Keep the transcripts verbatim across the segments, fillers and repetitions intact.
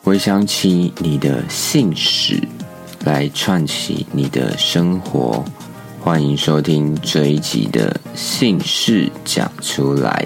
回想起你的姓氏，来串起你的生活。欢迎收听这一集的姓氏讲出来。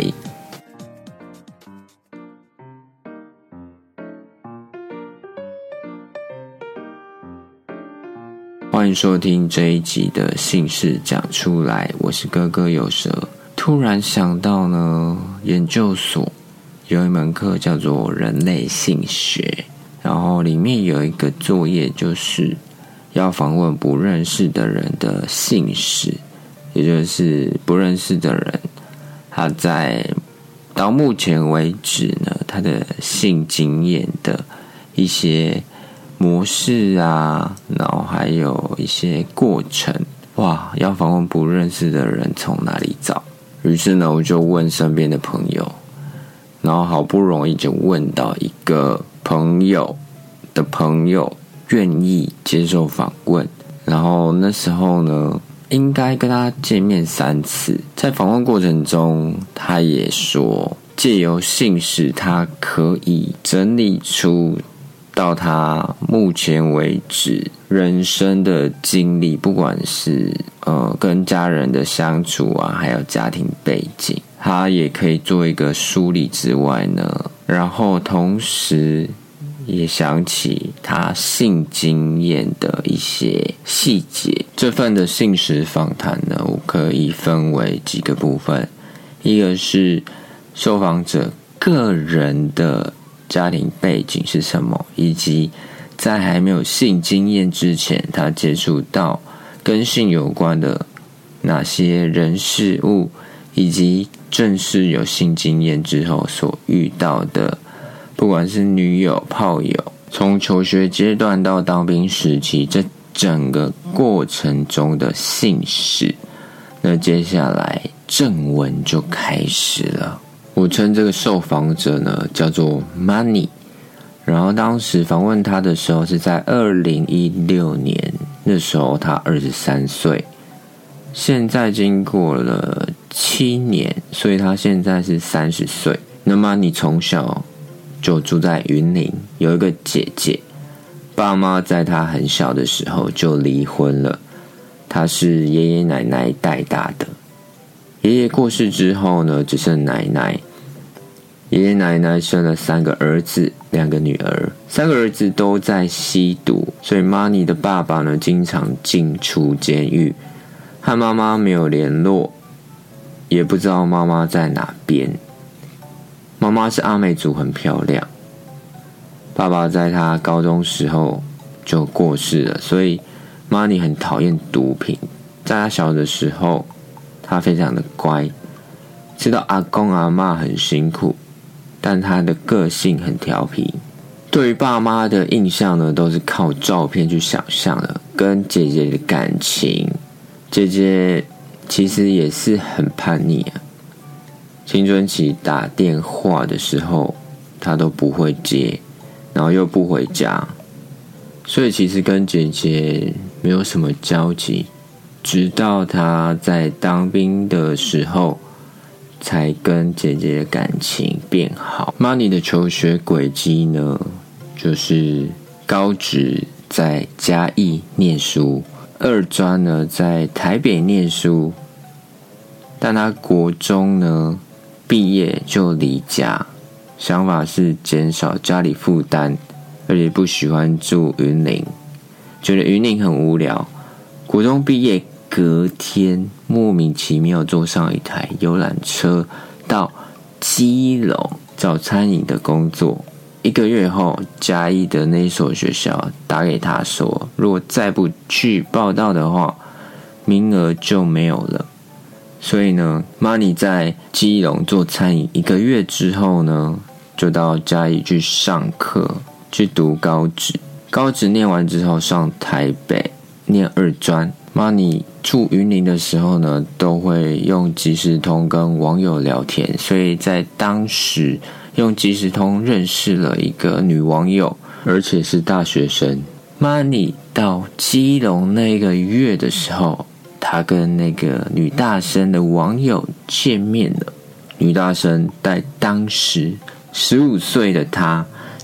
欢迎收听这一集的姓氏讲出来，我是哥哥有舌。突然想到呢，研究所有一门课叫做人类姓学，然后里面有一个作业，就是要访问不认识的人的姓氏，也就是不认识的人，他在到目前为止呢，他的性经验的一些模式啊，然后还有一些过程。哇，要访问不认识的人从哪里找？于是呢，我就问身边的朋友，然后好不容易就问到一个朋友的朋友愿意接受访问。然后那时候呢，应该跟他见面三次，在访问过程中，他也说借由姓氏，他可以整理出到他目前为止人生的经历，不管是呃跟家人的相处啊，还有家庭背景，他也可以做一个梳理之外呢，然后同时也想起他性经验的一些细节。这份的姓氏访谈呢，我可以分为几个部分，一个是受访者个人的家庭背景是什么，以及在还没有性经验之前，他接触到跟性有关的哪些人事物，以及正式有性经验之后所遇到的，不管是女友、炮友，从求学阶段到当兵时期，这整个过程中的姓氏。那接下来正文就开始了。我称这个受访者呢叫做 Money， 然后当时访问他的时候是在二零一六年，那时候他二十三岁，现在经过了七年，所以他现在是三十岁。那 Money 从小就住在云林，有一个姐姐，爸妈在他很小的时候就离婚了，他是爷爷奶奶带大的。爷爷过世之后呢，只剩奶奶。爷爷奶奶生了三个儿子，两个女儿，三个儿子都在吸毒，所以 Money 的爸爸呢，经常进出监狱，和妈妈没有联络，也不知道妈妈在哪边。妈妈是阿美族，很漂亮。爸爸在他高中时候就过世了，所以 Money 很讨厌毒品。在他小的时候，他非常的乖，知道阿公阿嬷很辛苦，但他的个性很调皮。对于爸妈的印象呢，都是靠照片去想象的。跟姐姐的感情，姐姐其实也是很叛逆啊。青春期打电话的时候，他都不会接，然后又不回家，所以其实跟姐姐没有什么交集。直到他在当兵的时候，才跟姐姐的感情变好。 Money 的求学轨迹呢，就是高职在嘉义念书，二专呢在台北念书，但他国中呢毕业就离家，想法是减少家里负担，而且不喜欢住云林，觉得云林很无聊。国中毕业隔天莫名其妙坐上一台游览车到基隆找餐饮的工作。一个月后，嘉义的那一所学校打给他说，如果再不去报到的话，名额就没有了。所以呢 Money 在基隆做餐饮一个月之后呢，就到嘉义去上课，去读高职。高职念完之后上台北念二专。 Money 住云林的时候呢，都会用即时通跟网友聊天，所以在当时用即时通认识了一个女网友，而且是大学生。 Money 到基隆那个月的时候，他跟那个女大生的网友见面了。女大生带当时十五岁的他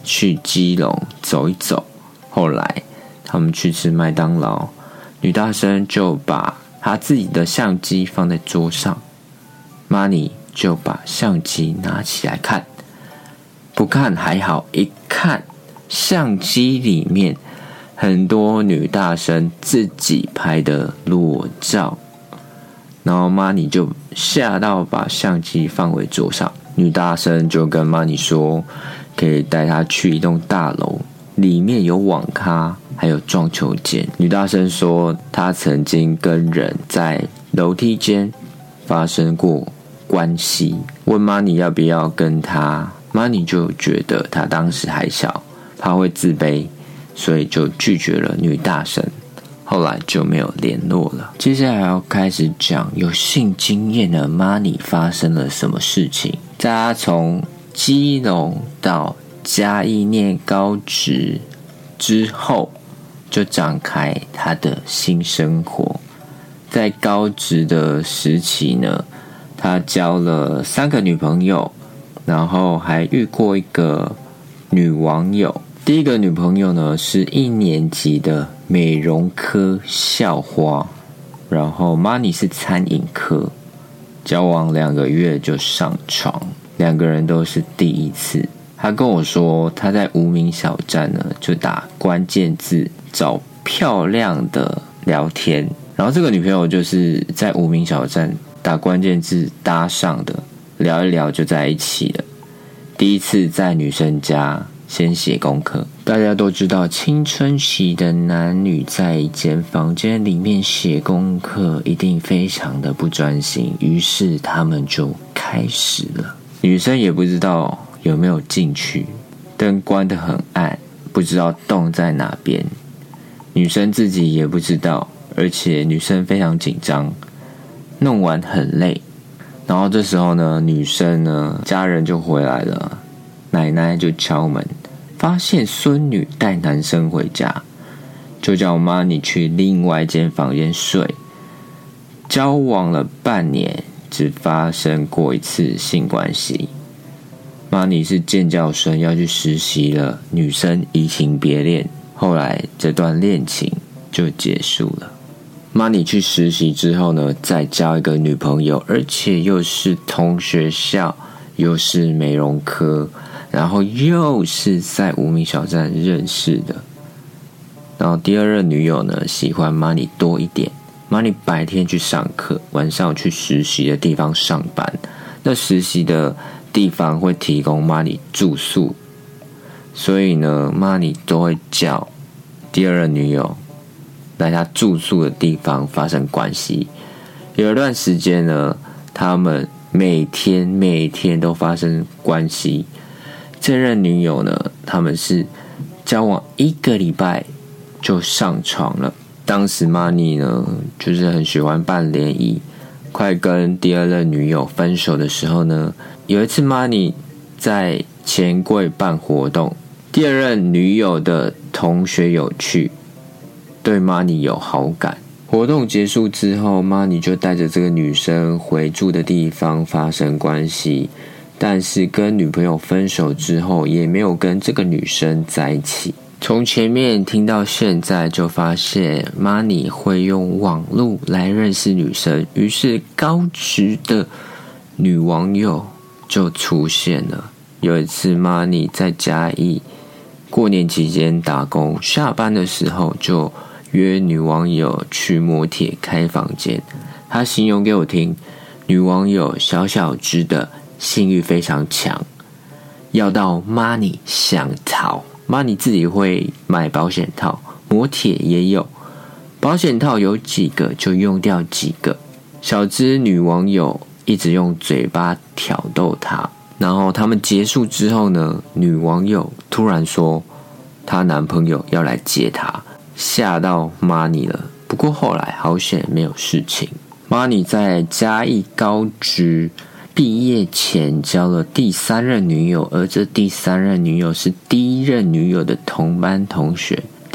去基隆走一走。后来他们去吃麦当劳，女大生就把她自己的相机放在桌上，玛尼就把相机拿起来看，不看还好，一看相机里面很多女大生自己拍的裸照，然后玛尼就吓到把相机放回桌上。女大生就跟玛尼说，可以带她去一栋大楼，里面有网咖还有撞球间。女大生说她曾经跟人在楼梯间发生过关系，问玛尼要不要跟她，玛尼就觉得她当时还小，怕会自卑，所以就拒绝了女大生。后来就没有联络了。接下来要开始讲有性经验的玛尼发生了什么事情。在她从基隆到嘉义念高职之后，就展开她的新生活。在高职的时期呢，她交了三个女朋友，然后还遇过一个女网友。第一个女朋友呢是一年级的美容科校花，然后玛尼是餐饮科，交往两个月就上床，两个人都是第一次。他跟我说他在无名小站呢就打关键字找漂亮的聊天，然后这个女朋友就是在无名小站打关键字搭上的，聊一聊就在一起了。第一次在女生家先写功课。大家都知道青春期的男女在一间房间里面写功课一定非常的不专心，于是他们就开始了。女生也不知道有没有进去，灯关得很暗，不知道洞在哪边，女生自己也不知道，而且女生非常紧张，弄完很累。然后这时候呢，女生呢家人就回来了，奶奶就敲门，发现孙女带男生回家，就叫玛尼去另外一间房间睡。交往了半年，只发生过一次性关系。玛尼是建教生，要去实习了，女生移情别恋，后来这段恋情就结束了。玛尼去实习之后呢，再交一个女朋友，而且又是同学校，又是美容科，然后又是在无名小站认识的。然后第二任女友呢，喜欢玛尼多一点。玛尼白天去上课，晚上去实习的地方上班。那实习的地方会提供玛尼住宿，所以呢，玛尼都会叫第二任女友来他住宿的地方发生关系。有一段时间呢，他们每天每天都发生关系。这任女友呢，他们是交往一个礼拜就上床了。当时玛尼呢，就是很喜欢办联谊，快跟第二任女友分手的时候呢，有一次玛尼在钱柜办活动，第二任女友的同学有去，对玛尼有好感。活动结束之后，玛尼就带着这个女生回住的地方发生关系，但是跟女朋友分手之后，也没有跟这个女生在一起。从前面听到现在，就发现玛尼会用网络来认识女生，于是高职的女网友就出现了。有一次玛尼在嘉义过年期间打工，下班的时候就约女网友去摩铁开房间。他形容给我听，女网友小小只的，性欲非常强，要到玛尼想逃。玛尼自己会买保险套，摩铁也有，保险套有几个就用掉几个。小只女网友一直用嘴巴挑逗他，然后他们结束之后呢，女网友突然说她男朋友要来接她，吓到玛尼了。不过后来好险没有事情。玛尼在嘉义高职毕业前交了第三任女友，而这第三任女友是第一任女友的同班同学。第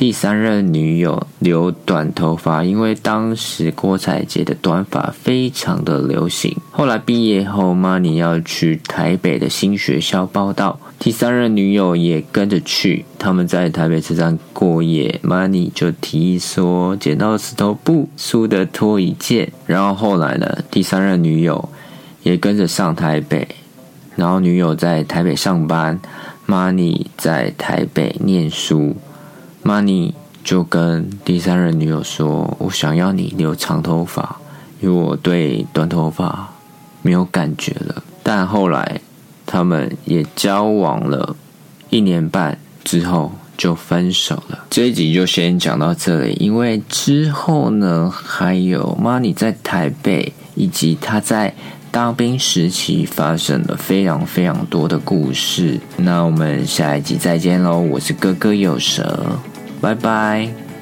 第三任女友留短头发，因为当时郭采洁的短发非常的流行。后来毕业后 Money 要去台北的新学校报到，第三任女友也跟着去，他们在台北车站过夜， Money 就提议说剪刀石头布，输的脱一件。然后后来呢，第三任女友也跟着上台北，然后女友在台北上班， Money 在台北念书。 Money 就跟第三任女友说，我想要你留长头发，因为我对短头发没有感觉了。但后来他们也交往了一年半之后就分手了。这一集就先讲到这里，因为之后呢还有 Money 在台北以及他在当兵时期发生了非常非常多的故事。那我们下一集再见咯，我是哥哥有蛇，拜拜。